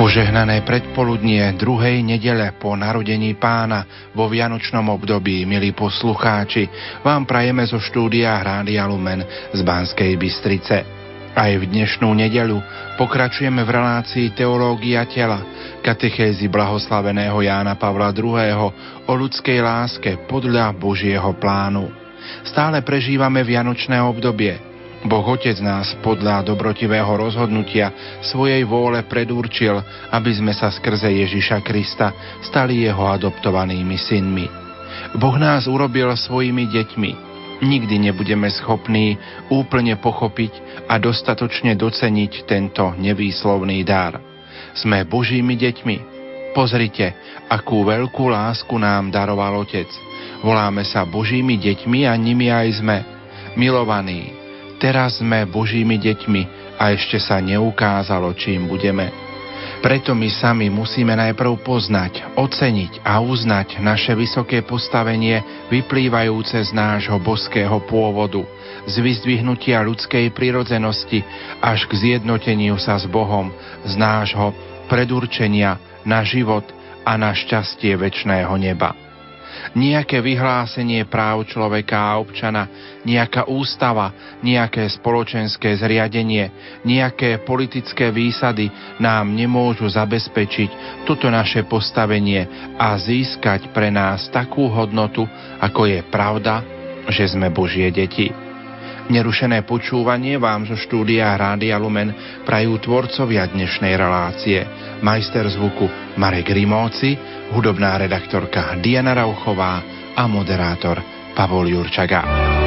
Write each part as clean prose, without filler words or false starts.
Požehnané predpoludnie druhej nedele po narodení Pána vo vianočnom období, milí poslucháči, vám prajeme zo štúdia Rádia Lumen z Banskej Bystrice. Aj v dnešnú nedeľu pokračujeme v relácii Teológia tela, katechézy blahoslaveného Jána Pavla II. O ľudskej láske podľa Božieho plánu. Stále prežívame vianočné obdobie. Boh Otec nás podľa dobrotivého rozhodnutia svojej vôle predurčil, aby sme sa skrze Ježiša Krista stali jeho adoptovanými synmi. Boh nás urobil svojimi deťmi. Nikdy nebudeme schopní úplne pochopiť a dostatočne doceniť tento nevýslovný dar. Sme Božími deťmi. Pozrite, akú veľkú lásku nám daroval Otec. Voláme sa Božími deťmi a nimi aj sme. Milovaní, teraz sme Božími deťmi a ešte sa neukázalo, čím budeme. Preto my sami musíme najprv poznať, oceniť a uznať naše vysoké postavenie vyplývajúce z nášho božského pôvodu, z vyzdvihnutia ľudskej prirodzenosti až k zjednoteniu sa s Bohom, z nášho predurčenia na život a na šťastie večného neba. Nejaké vyhlásenie práv človeka a občana, nejaká ústava, nejaké spoločenské zriadenie, nejaké politické výsady nám nemôžu zabezpečiť toto naše postavenie a získať pre nás takú hodnotu, ako je pravda, že sme Božie deti. Nerušené počúvanie vám zo štúdia Rádia Lumen prajú tvorcovia dnešnej relácie. Majster zvuku Marek Rimóci, hudobná redaktorka Diana Rauchová a moderátor Pavol Jurčaga.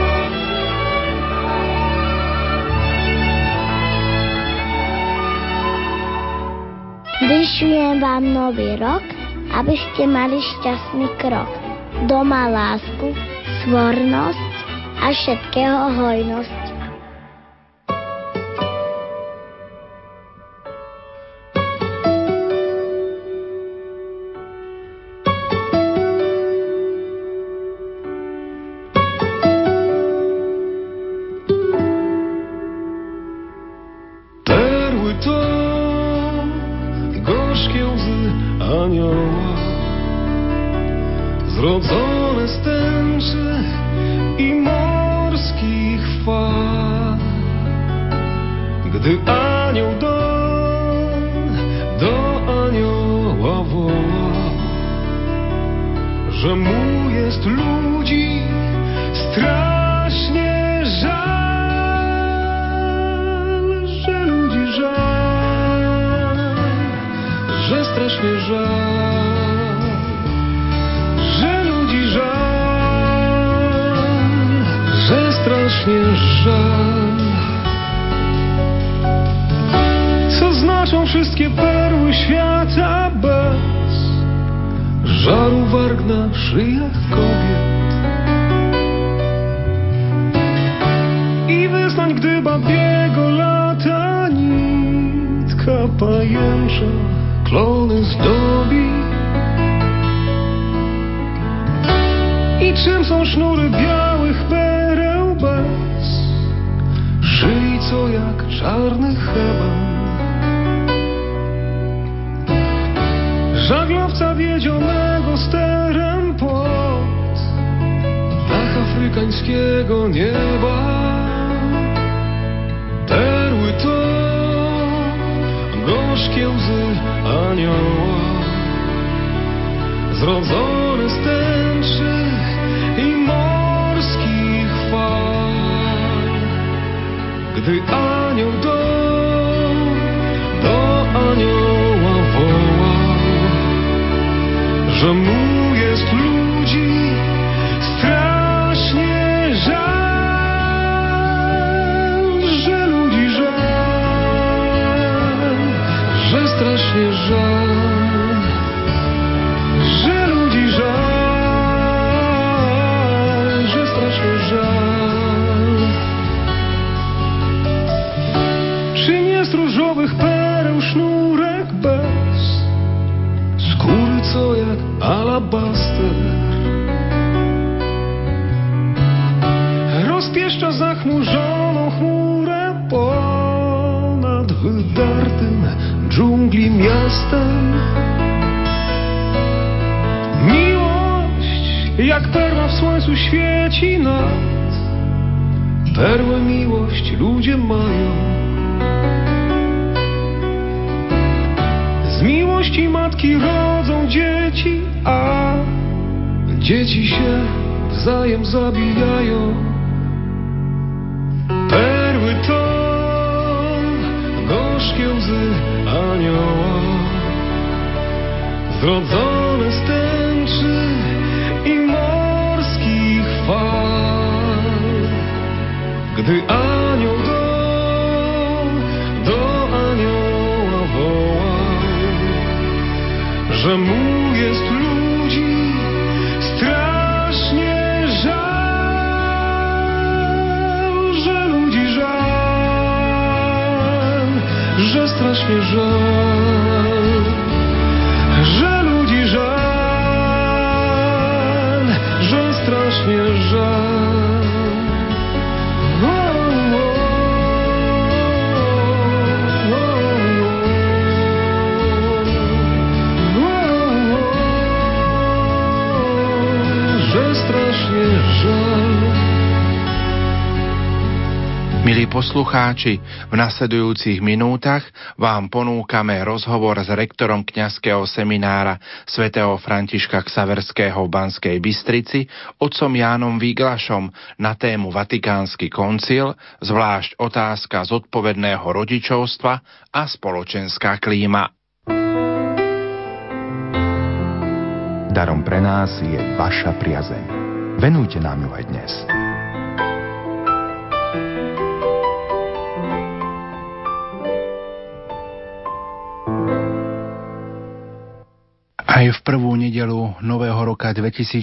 Vyšujem vám nový rok, aby ste mali šťastný krok. Doma lásku, svornosť a všetkého hojnosť. Perły to gorzkie łzy anioła, zrodzone z tęczy i morskich fal. Gdy anioł do anioła woła, że mu jest ludzi strasznie żal, że ludzi żal, że strasznie żal, że ludzi żal, że strasznie żal. Co znaczą wszystkie perły świata bez żaru warg na szyjach kobiet i wyznań, gdy babiego lata nitka pajęcza klony zdobi. I czym są sznury białych pereł bez szyi, co jak czarny heban żaglowca wiedzionego sterem pod dach afrykańskiego nieba. Perły to gorzkie łzy anioła, zrodzone z tęczy i morskich fal. Gdy anioł do anioła wołał, że mu jest ludzi strasznie żal, że ludzi żal, że strasznie żal, że ludzi żal, że strasznie żal. Czy nie z różowych pereł sznurek bez skóry, co jak alabaster rozpieszcza zachmurzoną chmurę ponad wydartym dżungli miastem. Miłość jak perła w słońcu świeci nad. Perłę miłość ludzie mają. Z miłości matki rodzą dzieci, a dzieci się wzajem zabijają. Perły to gorzkie łzy anioła, zrodzone z tęczy i morskich fal. Gdy anioł do anioła woła, że mu jest ludzi strasznie żal, że ludzi żal, że strasznie żal, że ludzi żal, że strasznie żal. Milí poslucháči, v nasledujúcich minútach vám ponúkame rozhovor s rektorom kňazského seminára svätého Františka Xaverského v Banskej Bystrici, otcom Jánom Viglašom na tému Vatikánsky koncil, zvlášť otázka zodpovedného rodičovstva a spoločenská klíma. Darom pre nás je vaša priazeň. Venujte nám ju aj dnes. Aj v prvú nedeľu nového roka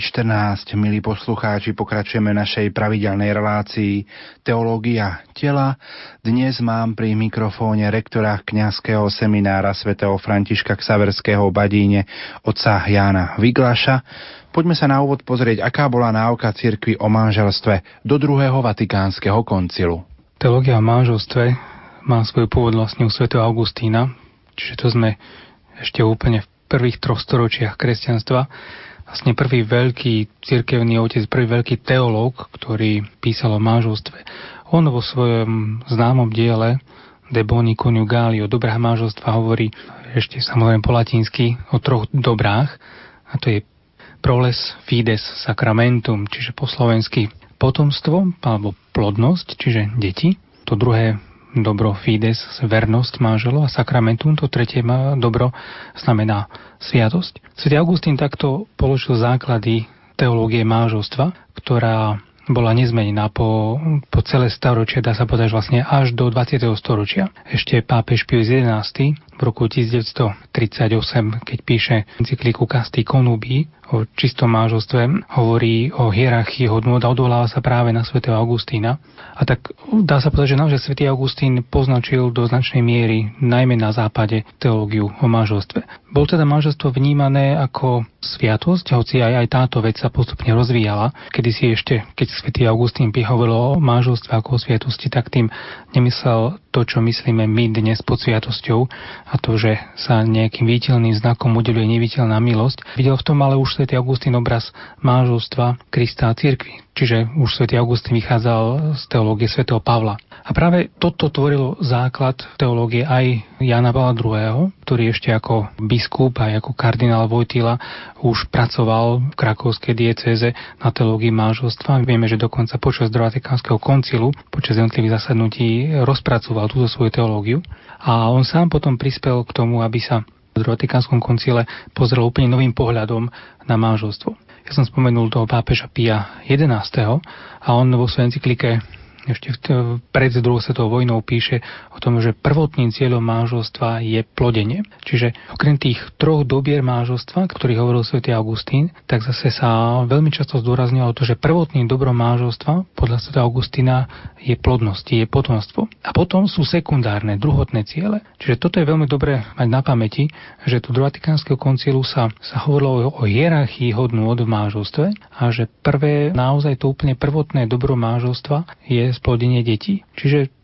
2014, milí poslucháči, pokračujeme našej pravidelnej relácii Teológia tela. Dnes mám pri mikrofóne rektora kňazského seminára svätého Františka Xaverského v Badíne, otca Jána Viglaša. Poďme sa na úvod pozrieť, aká bola náuka cirkvi o manželstve do druhého Vatikánskeho koncilu. Teológia o manželstve má svoj pôvod vlastne u svätého Augustína, čiže to sme ešte úplne v prvých 3 storočiach kresťanstva. Vlastne prvý veľký cirkevný otec, prvý veľký teológ, ktorý písal o manželstve. On vo svojom známom diele De Boni Coniugali, o dobrách manželstva, hovorí ešte samozrejme po latinsky o 3 dobrách, a to je proles fides sacramentum, čiže po slovensky potomstvo alebo plodnosť, čiže deti. To druhé dobro fides, vernosť manželov, a sacramentum, to tretie dobro, znamená sviatosť. Svätý Augustín takto položil základy teológie manželstva, ktorá bola nezmenená po celé storočie, dá sa povedať vlastne až do 20. storočia. Ešte pápež Pius XI v roku 1938, keď píše encykliku Casti Connubii o čistom manželstve, hovorí o hierarchii hodnôt a odvoláva sa práve na svätého Augustína. A tak dá sa povedať, že naozaj svätý Augustín poznačil do značnej miery, najmä na západe, teológiu o manželstve. Bol teda manželstvo vnímané ako sviatosť, hoci aj táto vec sa postupne rozvíjala. Kedysi ešte, keď svätý Augustín hovoril o manželstve ako o sviatosti, tak tým nemyslel to, čo myslíme my dnes pod sviatosťou, a to, že sa nejakým viditeľným znakom udeľuje neviditeľná milosť. Videl v tom ale už svätý Augustín obraz manželstva Krista a cirkvi. Čiže už svätý Augustín vychádzal z teológie svätého Pavla. A práve toto tvorilo základ teológie aj Jána Pavla II., ktorý ešte ako biskup aj ako kardinál Wojtyla už pracoval v krakovskej diecéze na teológii manželstva. Vieme, že dokonca počas Vatikánskeho koncilu, počas jednotlivých zasadnutí rozpracoval túto svoju teológiu. A on sám potom prispel k tomu, aby sa v Vatikánskom koncile pozrel úplne novým pohľadom na manželstvo. Ja som spomenul toho pápeža Pia XI. A on vo svojej encyklike ešte pred druhou svetovou vojnou píše o tom, že prvotným cieľom manželstva je plodenie. Čiže okrem tých 3 dobier manželstva, ktorých hovoril svätý Augustín, tak zase sa veľmi často zdôrazňovalo to, že prvotným dobrom manželstva podľa svätého Augustína je plodnosť, je potomstvo. A potom sú sekundárne, druhotné ciele. Čiže toto je veľmi dobré mať na pamäti, že tu do Vatikánskeho koncilu sa hovorilo o hierarchii hodnôt v manželstve a že prvé, naozaj to úplne prvotné dobro manželstva je splodenie detí. Čiže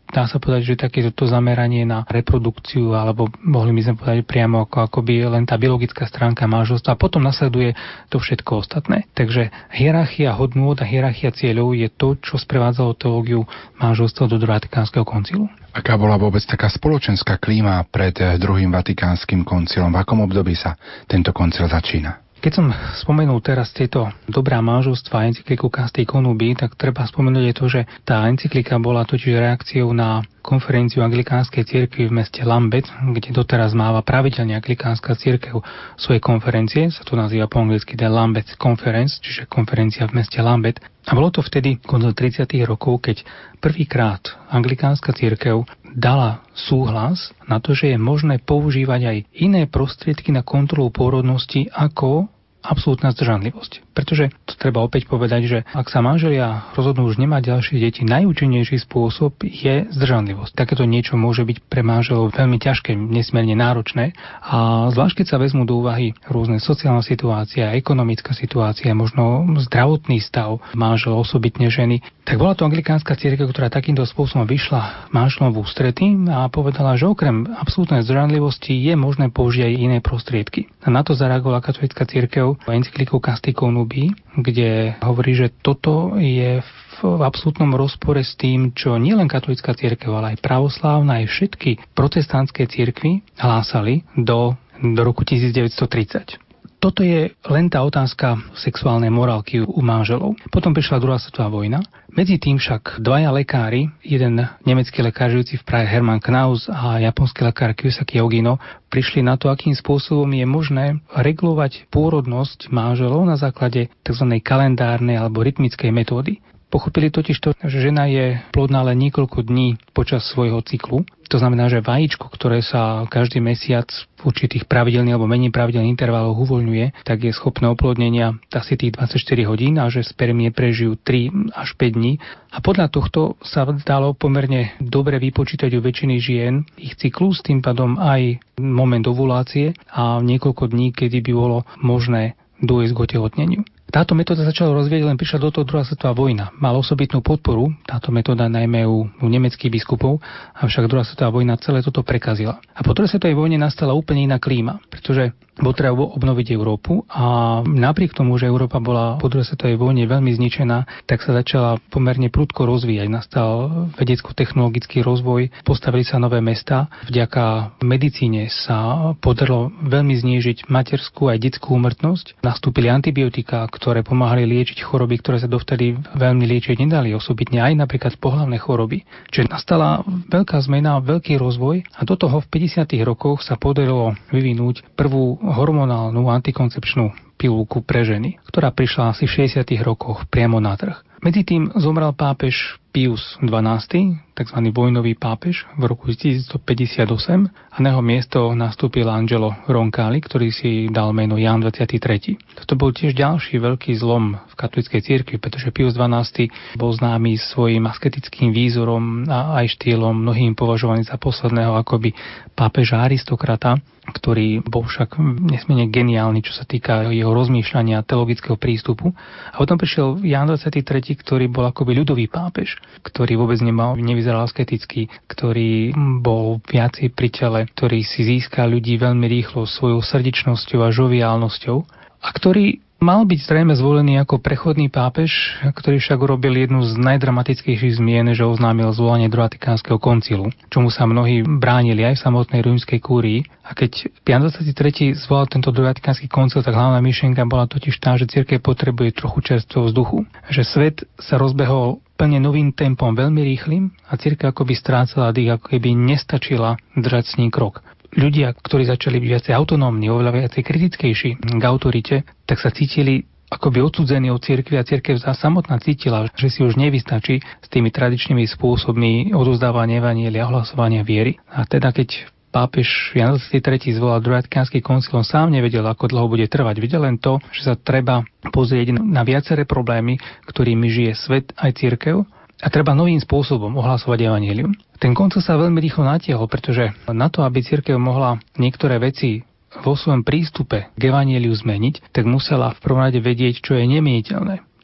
dá sa povedať, že takéto zameranie na reprodukciu, alebo mohli by sme povedať priamo akoby len tá biologická stránka manželstva a potom nasleduje to všetko ostatné. Takže hierarchia hodnôt a hierarchia cieľov je to, čo sprevádzalo teológiu manželstva do druhého vatikánskeho koncilu. Aká bola vôbec taká spoločenská klíma pred druhým vatikánskym koncilom? V akom období sa tento koncil začína? Keď som spomenul teraz tieto dobrá manželstva a encykliku Casti Connubii, tak treba spomenúť aj to, že tá encyklika bola totiž reakciou na konferenciu anglikánskej cirkvi v meste Lambeth, kde doteraz máva pravidelne anglikánska cirkev svoje konferencie, sa to nazýva po anglicky The Lambeth Conference, čiže konferencia v meste Lambeth. A bolo to vtedy koncom 30. rokov, keď prvýkrát anglikánska cirkev dala súhlas na to, že je možné používať aj iné prostriedky na kontrolu pôrodnosti ako absolútna zdržanlivosť. Pretože to treba opäť povedať, že ak sa manželia rozhodnú už nemať ďalšie deti, najúčinnejší spôsob je zdržanlivosť. Takéto niečo môže byť pre manželov veľmi ťažké, nesmierne náročné a zvlášť keď sa vezmú do úvahy rôzne sociálne situácie, ekonomická situácia, možno zdravotný stav manželov, osobitne ženy, tak bola to anglikánska cirkev, ktorá takýmto spôsobom vyšla manželom v ústrety a povedala, že okrem absolútnej zdržanlivosti je možné použiť aj iné prostriedky. A na to zareagovala katolícka cirkev encyklikou Casti Connubii, kde hovorí, že toto je v absolútnom rozpore s tým, čo nielen katolícka cirkev, ale aj pravoslávna, aj všetky protestantské cirkvi hlásali do roku 1930. Toto je len tá otázka sexuálnej morálky u manželov. Potom prišla druhá svetová vojna. Medzi tým však dvaja lekári, jeden nemecký lekár žijúci v Prahe Hermann Knaus a japonský lekár Kyosaki Ogino, prišli na to, akým spôsobom je možné regulovať pôrodnosť manželov na základe tzv. Kalendárnej alebo rytmickej metódy. Pochopili totiž to, že žena je plodná len niekoľko dní počas svojho cyklu. To znamená, že vajíčko, ktoré sa každý mesiac v určitých pravidelných alebo menej pravidelných intervaloch uvoľňuje, tak je schopné oplodnenia asi tých 24 hodín a že spermie prežijú 3 až 5 dní. A podľa tohto sa dalo pomerne dobre vypočítať u väčšiny žien ich cyklus, tým pádom aj moment ovulácie a niekoľko dní, kedy by bolo možné dôjsť k otehotneniu. Táto metóda začala rozvíjať, len prišla do toho druhá svetová vojna. Mal osobitnú podporu, táto metóda najmä u nemeckých biskupov, avšak druhá svetová vojna celé toto prekazila. A po druhej svetovej vojne nastala úplne iná klíma, pretože bolo treba obnoviť Európu a napriek tomu, že Európa bola po druhej svetovej vojne veľmi zničená, tak sa začala pomerne prudko rozvíjať. Nastal vedecko-technologický rozvoj, postavili sa nové mestá. Vďaka medicíne sa podarilo veľmi znížiť materskú aj detskú úmrtnosť. Nastúpili antibiotika, ktoré pomáhali liečiť choroby, ktoré sa dovtedy veľmi liečiť nedali, osobitne aj napríklad pohlavné choroby. Čiže nastala veľká zmena, veľký rozvoj a do toho v 50. rokoch sa podarilo vyvinúť prvú hormonálnu antikoncepčnú pilulku pre ženy, ktorá prišla asi v 60. rokoch priamo na trh. Medzi tým zomrel pápež Pius XII, tzv. Vojnový pápež, v roku 1958 a na jeho miesto nastúpil Angelo Roncalli, ktorý si dal meno Ján 23. Toto bol tiež ďalší veľký zlom v katolíckej cirkvi, pretože Pius XII bol známy svojím asketickým výzorom a aj štýlom, mnohým považovaný za posledného akoby pápeža aristokrata, ktorý bol však nesmierne geniálny, čo sa týka jeho rozmýšľania teologického prístupu. A potom prišiel Ján 23., ktorý bol akoby ľudový pápež, ktorý vôbec nevyzeral asketicky, ktorý bol viacej pri tele, ktorý si získal ľudí veľmi rýchlo svojou srdečnosťou a žoviálnosťou a ktorý mal byť zrejme zvolený ako prechodný pápež, ktorý však urobil jednu z najdramatickejších zmien, že oznámil zvolanie druhého vatikánskeho koncilu, čomu sa mnohí bránili aj v samotnej rímskej kúrii. A keď Ján 23. zvolal tento druhý vatikánsky koncil, tak hlavná myšlienka bola totiž tá, že cirkev potrebuje trochu čerstvého vzduchu. Že svet sa rozbehol plne novým tempom, veľmi rýchlym a cirkev akoby strácala dých, ako keby nestačila držať s ním krok. Ľudia, ktorí začali byť viacej autonómni, oveľa viacej kritickejší k autorite, tak sa cítili akoby odsudzení od cirkvi a cirkev samotná cítila, že si už nevystačí s tými tradičnými spôsobmi odovzdávania evanjelia a ohlasovania viery. A teda keď pápež Ján 23. zvolal druhý vatikánsky koncil, on sám nevedel, ako dlho bude trvať. Videl len to, že sa treba pozrieť na viaceré problémy, ktorými žije svet aj cirkev, a treba novým spôsobom ohlasovať evanjelium. Ten koncil sa veľmi rýchlo natiahol, pretože na to, aby cirkev mohla niektoré veci vo svojom prístupe k evanjeliu zmeniť, tak musela v prvom rade vedieť, čo je nemieniteľné.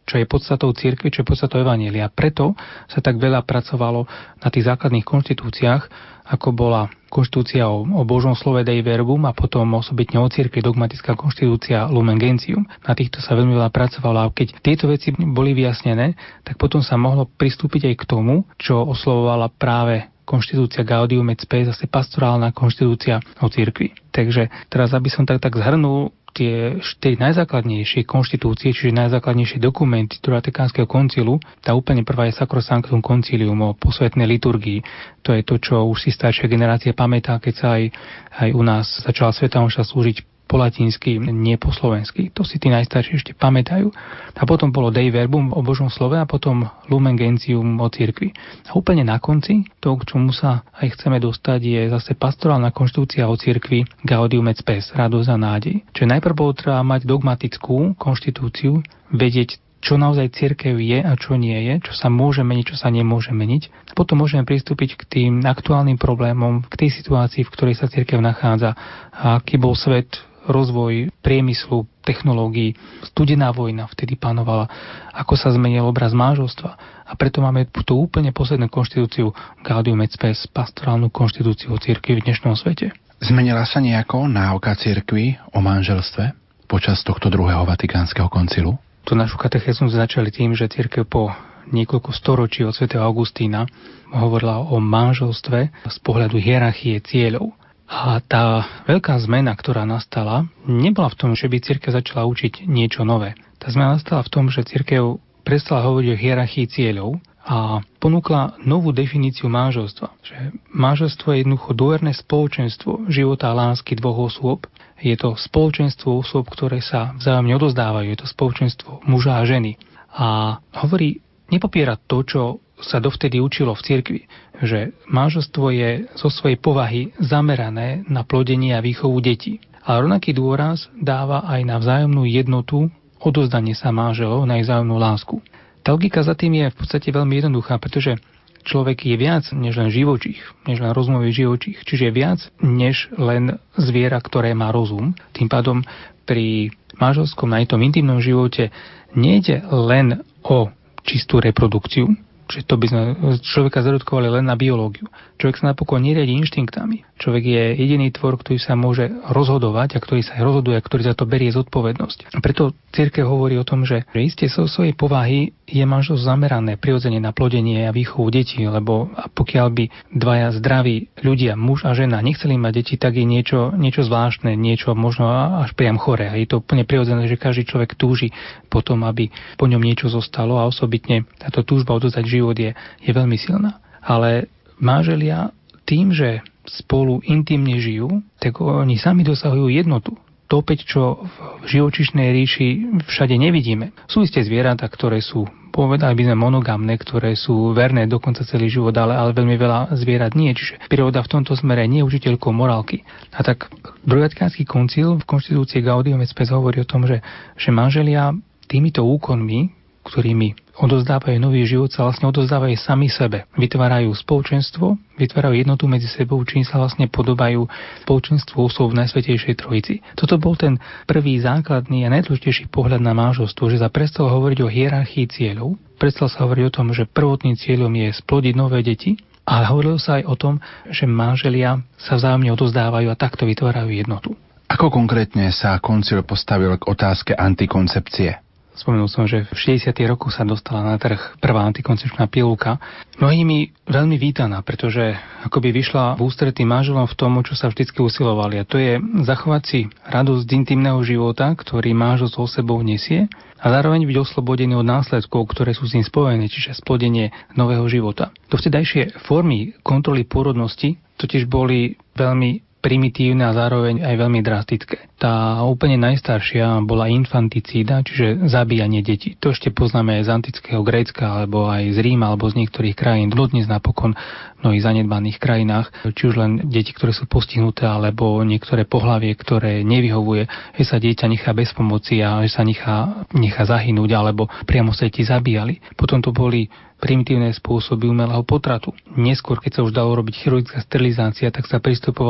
čo je podstatou cirkvi, čo je podstatou evanjelia. Preto sa tak veľa pracovalo na tých základných konštitúciách, ako bola konštitúcia o Božom slove Dei Verbum a potom osobitne o cirkvi dogmatická konštitúcia Lumen Gentium. Na týchto sa veľmi veľa pracovalo a keď tieto veci boli vyjasnené, tak potom sa mohlo pristúpiť aj k tomu, čo oslovovala práve konštitúcia Gaudium et Spes, zase pastorálna konštitúcia o cirkvi. Takže teraz, aby som tak zhrnul tie najzákladnejšie konštitúcie, čiže najzákladnejšie dokumenty Vatikánskeho koncilu, tá úplne prvá je Sacrosanctum Concilium o posvetnej liturgii. To je to, čo už si staršia generácia pamätá, keď sa aj u nás začala svätá omša slúžiť po latinsky, nie po slovensky. To si tí najstarší ešte pamätajú. A potom bolo Dei Verbum o Božom slove a potom Lumen Gentium o cirkvi. A úplne na konci, to, k čomu sa aj chceme dostať, je zase pastorálna konštitúcia o cirkvi Gaudium et Spes, radosť a nádej. Čiže najprv bolo treba mať dogmatickú konštitúciu, vedieť, čo naozaj cirkev je a čo nie je, čo sa môže meniť, čo sa nemôže meniť. Potom môžeme pristúpiť k tým aktuálnym problémom, k tej situácii, v ktorej sa cirkev nachádza, a aký bol svet, rozvoj priemyslu, technológií, studená vojna vtedy panovala, ako sa zmenil obraz manželstva. A preto máme tú úplne poslednú konštitúciu Gaudium et Spes, pastorálnu konštitúciu o cirkvi v dnešnom svete. Zmenila sa nejako náuka cirkvi o manželstve počas tohto druhého Vatikánskeho koncilu? Tu našu katechézu začali tým, že cirkev po niekoľko storočí od svätého Augustína hovorila o manželstve z pohľadu hierarchie cieľov. A tá veľká zmena, ktorá nastala, nebola v tom, že by cirkev začala učiť niečo nové. Tá zmena nastala v tom, že cirkev prestala hovoriť o hierarchii cieľov a ponúkla novú definíciu manželstva. Že manželstvo je jednoducho dôverné spoločenstvo života a lásky dvoch osôb. Je to spoločenstvo osôb, ktoré sa vzájomne odozdávajú. Je to spoločenstvo muža a ženy. A hovorí, nepopiera to, čo sa dovtedy učilo v cirkvi, že manželstvo je zo svojej povahy zamerané na plodenie a výchovu detí. A rovnaký dôraz dáva aj na vzájomnú jednotu, odozdanie sa manželov, na ich vzájomnú lásku. Tá logika za tým je v podstate veľmi jednoduchá, pretože človek je viac než len živočích, než len rozumový živočích, čiže viac než len zviera, ktoré má rozum. Tým pádom pri manželskom na tom intimnom živote nejde len o čistú reprodukciu, čiže to by sme človeka zarodkovali len na biológiu. Človek sa napokon neriadi inštinktami. Človek je jediný tvor, ktorý sa môže rozhodovať a ktorý sa aj rozhoduje, a ktorý za to berie zodpovednosť. A preto cirkev hovorí o tom, že iste zo svojej povahy je manželstvo zamerané prirodzene na plodenie a výchovu detí, lebo pokiaľ by dvaja zdraví ľudia, muž a žena, nechceli mať deti, tak je niečo zvláštne, niečo možno až priam chore. A je to úplne prirodzené, že každý človek túži potom, aby po ňom niečo zostalo, a osobitne táto túžba odozdať život je veľmi silná. Ale manželia tým, že spolu intimne žijú, tak oni sami dosahujú jednotu. To opäť, čo v živočíšnej ríši všade nevidíme. Sú isté zvieratá, ktoré sú, povedali by sme, monogamné, ktoré sú verné dokonca celý život, ale veľmi veľa zvierat nie. Čiže príroda v tomto smere nie je učiteľkou morálky. A tak druhý Vatikánsky koncil v konštitúcii Gaudium et Spes hovorí o tom, že manželia týmito úkonmi, ktorými odozdávajú nový život, sa vlastne odozdávajú sami sebe. Vytvárajú spoločenstvo, vytvárajú jednotu medzi sebou, čím sa vlastne podobajú spoločenstvu osôb v Najsvätejšej Trojici. Toto bol ten prvý základný a najdôležitejší pohľad na manželstvo, že sa prestal hovoriť o hierarchii cieľov, prestal sa hovoriť o tom, že prvotným cieľom je splodiť nové deti, ale hovorilo sa aj o tom, že manželia sa vzájomne odozdávajú a takto vytvárajú jednotu. Ako konkrétne sa koncil postavil k otázke antikoncepcie? Spomenul som, že v 60. rokoch sa dostala na trh prvá antikoncepčná pilulka. Mnohými veľmi vítaná, pretože akoby vyšla v ústretí manželom v tomu, čo sa vždycky usilovali. A to je zachovať si radosť z intimného života, ktorý manžel so sebou nesie, a zároveň byť oslobodený od následkov, ktoré sú s ním spojené, čiže splodenie nového života. Dovtedajšie formy kontroly pôrodnosti totiž boli veľmi primitívne a zároveň aj veľmi drastické. Tá úplne najstaršia bola infanticída, čiže zabíjanie detí. To ešte poznáme aj z antického Grécka, alebo aj z Ríma, alebo z niektorých krajín. Dodnes napokon v mnohých zanedbaných krajinách, či už len deti, ktoré sú postihnuté, alebo niektoré pohlavie, ktoré nevyhovuje, že sa dieťa nechá bez pomoci a že sa nechá zahynúť, alebo priamo sa deti zabíjali. Potom to boli primitívne spôsoby umelého potratu. Neskôr, keď sa už dalo robiť chirurgická sterilizácia, tak sa pristupovalo k nej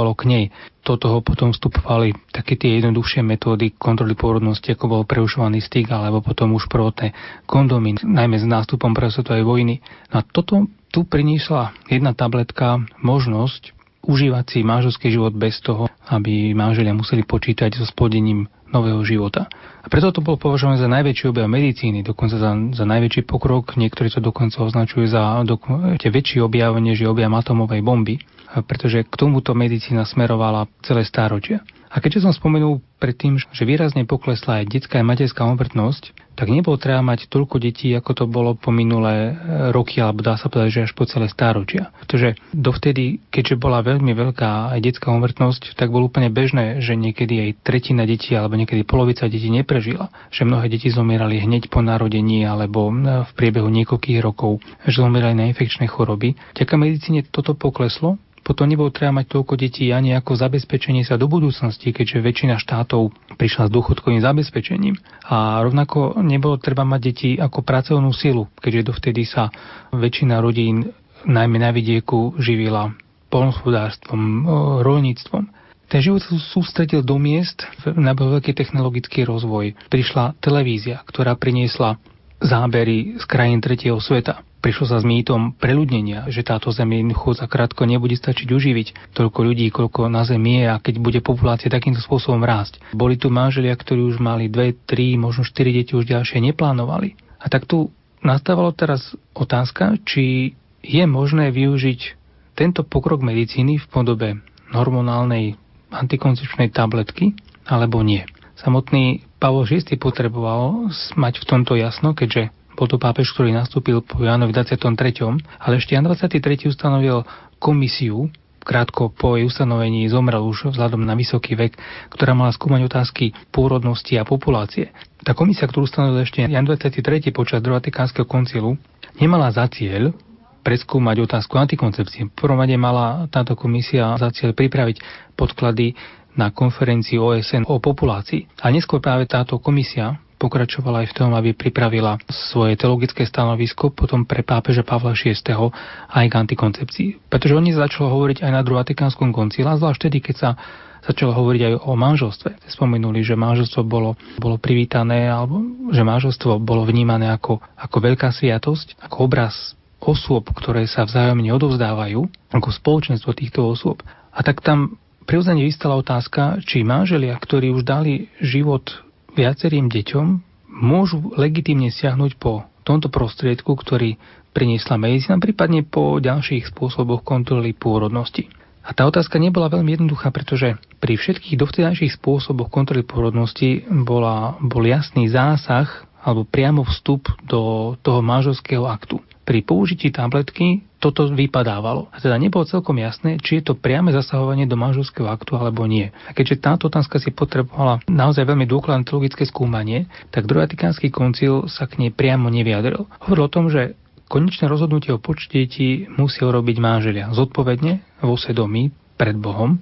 menej. Do toho potom vstupovali také tie jednoduchšie metódy kontroly pôrodnosti, ako bol prerušovaný styk, alebo potom už prvotné kondomy, najmä s nástupom prvej svetovej vojny. No a toto tu priniesla jedna tabletka možnosť užívať si manželský život bez toho, aby manželia museli počítať so splodením nového života. A preto to bolo považované za najväčší objav medicíny, dokonca za najväčší pokrok. Niektorí to dokonca označujú za väčší objav, než je objav atómovej bomby, pretože k tomuto medicína smerovala celé stáročia. A keďže som spomenul predtým, že výrazne poklesla aj detská a materská úmrtnosť, tak nebolo treba mať toľko detí, ako to bolo po minulé roky, alebo dá sa povedať, že až po celé stáročia. Pretože dovtedy, keďže bola veľmi veľká aj detská úmrtnosť, tak bolo úplne bežné, že niekedy aj tretina detí, alebo niekedy polovica detí neprežila. Že mnohé deti zomierali hneď po narodení, alebo v priebehu niekoľkých rokov, že zomierali na infekčné choroby. Vďaka medicíne toto pokleslo. Potom nebolo treba mať toľko detí ani ako zabezpečenie sa do budúcnosti, keďže väčšina štátov prišla s dôchodkovým zabezpečením. A rovnako nebolo treba mať deti ako pracovnú silu, keďže dovtedy sa väčšina rodín, najmä na vidieku, živila poľnohospodárstvom, roľníctvom. Ten život sa sústredil do miest, nabol veľký technologický rozvoj. Prišla televízia, ktorá priniesla zábery z krajín tretieho sveta. Prišlo sa s mýtom preľudnenia, že táto zem jednoducho zakrátko nebude stačiť uživiť toľko ľudí, koľko na zemi je, a keď bude populácia takýmto spôsobom rásť. Boli tu manželia, ktorí už mali 2, 3, možno 4 deti, už ďalšie neplánovali. A tak tu nastávalo teraz otázka, či je možné využiť tento pokrok medicíny v podobe hormonálnej antikoncepčnej tabletky, alebo nie. Samotný Pavol VI potreboval mať v tomto jasno, keďže bol to pápež, ktorý nastúpil po Jánovi 23., ale ešte Ján 23. ustanovil komisiu, krátko po jej ustanovení zomrel už vzhľadom na vysoký vek, ktorá mala skúmať otázky pôrodnosti a populácie. Tá komisia, ktorú ustanovil ešte Ján 23. počas druhého vatikánskeho koncilu, nemala za cieľ preskúmať otázku antikoncepcie. V prvom rade mala táto komisia za cieľ pripraviť podklady na konferencii OSN o populácii. A neskôr práve táto komisia pokračovala aj v tom, aby pripravila svoje teologické stanovisko potom pre pápeža Pavla VI. Aj k antikoncepcii. Pretože oni začali hovoriť aj na druhom vatikánskom koncile, a zvlášť vtedy, keď sa začalo hovoriť aj o manželstve. Spomenuli, že manželstvo bolo privítané, alebo že manželstvo bolo vnímané ako veľká sviatosť, ako obraz osôb, ktoré sa vzájomne odovzdávajú, ako spoločenstvo týchto osôb. A tak tam prirodzene vystala otázka, či manželia, ktorí už dali život viacerým deťom, môžu legitímne siahnuť po tomto prostriedku, ktorý priniesla medicína, prípadne po ďalších spôsoboch kontroly pôrodnosti. A tá otázka nebola veľmi jednoduchá, pretože pri všetkých dovtedajších spôsoboch kontroly pôrodnosti bol jasný zásah alebo priamo vstup do toho manželského aktu. Pri použití tabletky toto vypadávalo. A teda nebolo celkom jasné, či je to priame zasahovanie do manželského aktu alebo nie. A keďže táto otázka si potrebovala naozaj veľmi dôkladné teologické skúmanie, tak druhý vatikánsky koncil sa k nej priamo nevyjadril. Hovoril o tom, že konečné rozhodnutie o počte detí musia urobiť manželia zodpovedne, vo svedomí, pred Bohom,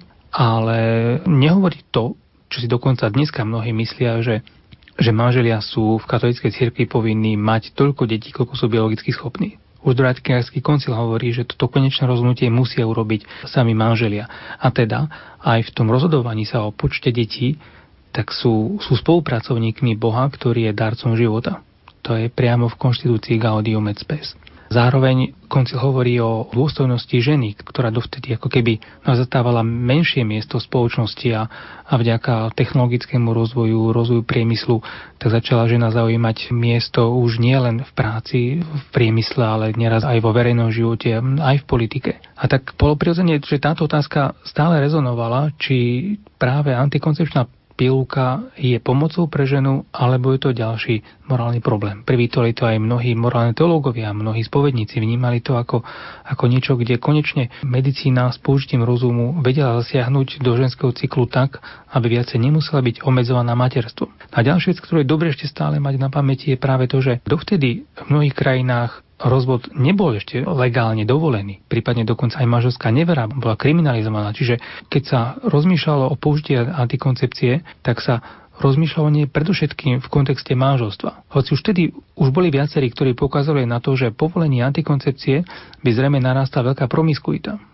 ale nehovorí to, čo si dokonca dneska mnohí myslia, že manželia sú v katolíckej cirkvi povinní mať toľko detí, koľko sú biologicky schopní. Už druhý vatikánsky koncil hovorí, že toto konečné rozhodnutie musia urobiť sami manželia. A teda aj v tom rozhodovaní sa o počte detí, tak sú spolupracovníkmi Boha, ktorý je darcom života. To je priamo v konštitúcii Gaudium et Spes. Zároveň koncil hovorí o dôstojnosti ženy, ktorá dovtedy ako keby zatávala menšie miesto v spoločnosti a vďaka technologickému rozvoju priemyslu, tak začala žena zaujímať miesto už nie len v práci, v priemysle, ale nieraz aj vo verejnom živote, aj v politike. A tak bolo prirodzene, že táto otázka stále rezonovala, či práve antikoncepčná pilulka je pomocou pre ženu, alebo je to ďalší morálny problém. Privítali to aj mnohí morálni teológovia, mnohí spovedníci vnímali to ako niečo, kde konečne medicína s použitím rozumu vedela zasiahnuť do ženského cyklu tak, aby viacej nemusela byť obmedzovaná materstvo. A ďalšia vec, ktorú je dobre ešte stále mať na pamäti, je práve to, že dovtedy v mnohých krajinách rozvod nebol ešte legálne dovolený. Prípadne dokonca aj manželská nevera bola kriminalizovaná. Čiže keď sa rozmýšľalo o použití antikoncepcie, tak sa rozmýšľalo nie predovšetkým v kontexte manželstva. Hoci už vtedy boli viacerí, ktorí pokazali na to, že povolenie antikoncepcie by zrejme narastla veľká promiskuita.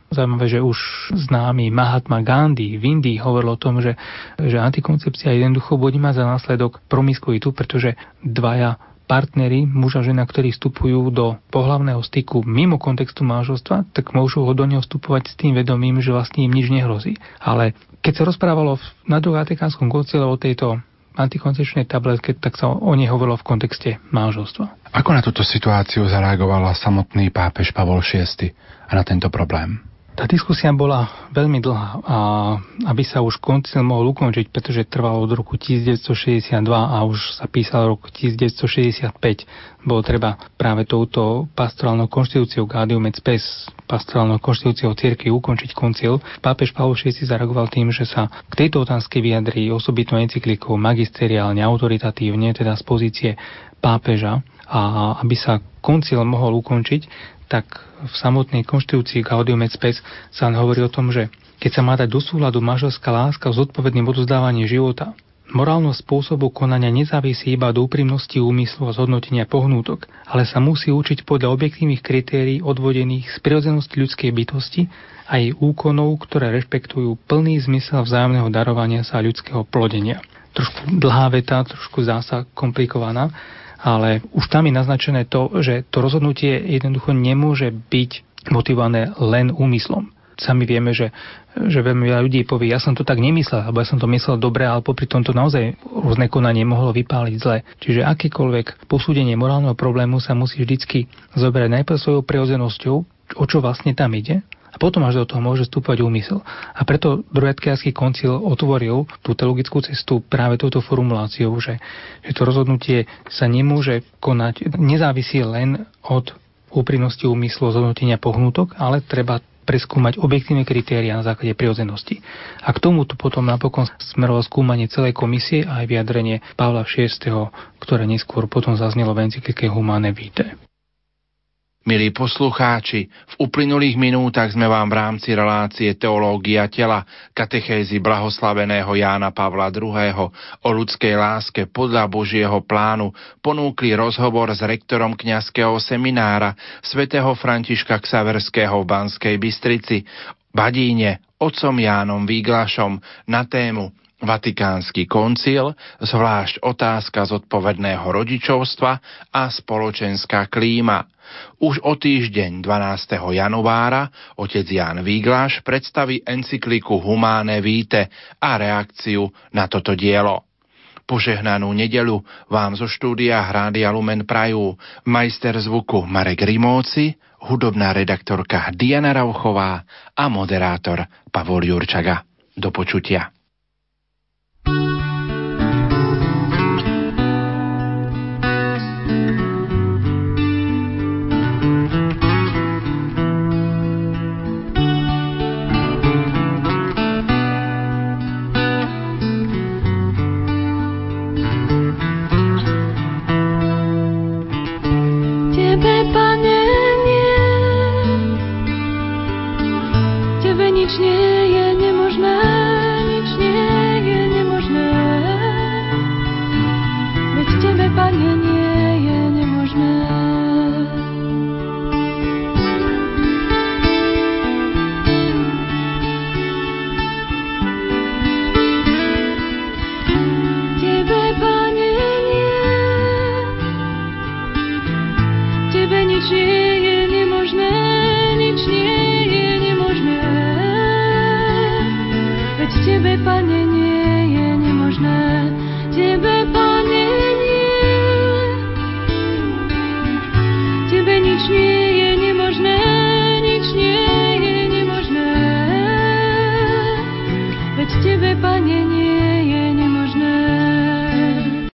Zaujímavé, že už známy Mahatma Gandhi v Indii hovoril o tom, že antikoncepcia jednoducho bude mať za následok promiskuitu, pretože dvaja partneri, muž a žena, ktorí vstupujú do pohlavného styku mimo kontextu manželstva, tak môžu ho do neho vstupovať s tým vedomím, že vlastne im nič nehrozí. Ale keď sa rozprávalo na druhom Vatikánskom koncile o tejto antikoncepčnej tabletke, tak sa o nej hovorilo v kontexte manželstva. Ako na túto situáciu zareagovala samotný pápež Pavol VI a na tento problém? Tá diskusia bola veľmi dlhá a aby sa už koncil mohol ukončiť, pretože trvalo od roku 1962 a už sa písal rok 1965, bolo treba práve touto pastorálnou konštitúciou Gaudium et Spes, pastorálnou konštitúciou cirkvi ukončiť koncil. Pápež Pavol VI zareagoval tým, že sa k tejto otázke vyjadrí osobitnou encyklikou magisteriálne, autoritatívne, teda z pozície pápeža, a aby sa koncil mohol ukončiť, tak v samotnej konštitúcii Gaudium et Spes sa hovorí o tom, že keď sa má dať do súladu manželská láska s zodpovedným odovzdávaním života, morálnosť spôsobu konania nezávisí iba do úprimnosti úmyslu a zhodnotenia pohnútok, ale sa musí učiť podľa objektívnych kritérií odvodených z prirodzenosti ľudskej bytosti a jej úkonov, ktoré rešpektujú plný zmysel vzájomného darovania sa ľudského plodenia. Trošku dlhá veta, trošku zdá sa komplikovaná, ale už tam je naznačené to, že to rozhodnutie jednoducho nemôže byť motivované len úmyslom. Sami vieme, že veľmi veľa ľudí povie, ja som to tak nemyslel, alebo ja som to myslel dobre, ale popri tom to naozaj rôzne konanie mohlo vypáliť zle. Čiže akékoľvek posúdenie morálneho problému sa musí vždycky zoberať najprv svojou prirodzenosťou, o čo vlastne tam ide, a potom až do toho môže vstúpať úmysel. A preto druhý Vatikánsky koncil otvoril tú teologickú cestu práve touto formuláciou, že to rozhodnutie sa nemôže konať, nezávisí len od úprimnosti úmyslu, zhodnotenia pohnútok, ale treba preskúmať objektívne kritériá na základe prirodzenosti. A k tomu potom napokon smerovalo skúmanie celej komisie a aj vyjadrenie Pavla VI, ktoré neskôr potom zaznelo v encyklike Humane Vitae. Milí poslucháči, v uplynulých minútach sme vám v rámci relácie Teológia tela katechézy blahoslaveného Jána Pavla II. O ľudskej láske podľa Božieho plánu ponúkli rozhovor s rektorom kňazského seminára svätého Františka Xaverského v Banskej Bystrici, Badíne, otcom Jánom Víglašom na tému Vatikánsky koncil, zvlášť otázka zodpovedného rodičovstva a spoločenská klíma. Už o týždeň 12. januára otec Ján Víglaš predstaví encykliku Humane Vitae a reakciu na toto dielo. Požehnanú nedeľu vám zo štúdia Rádia Lumen prajú majster zvuku Marek Rimóci, hudobná redaktorka Diana Rauchová a moderátor Pavol Jurčaga. Do počutia. Tebe,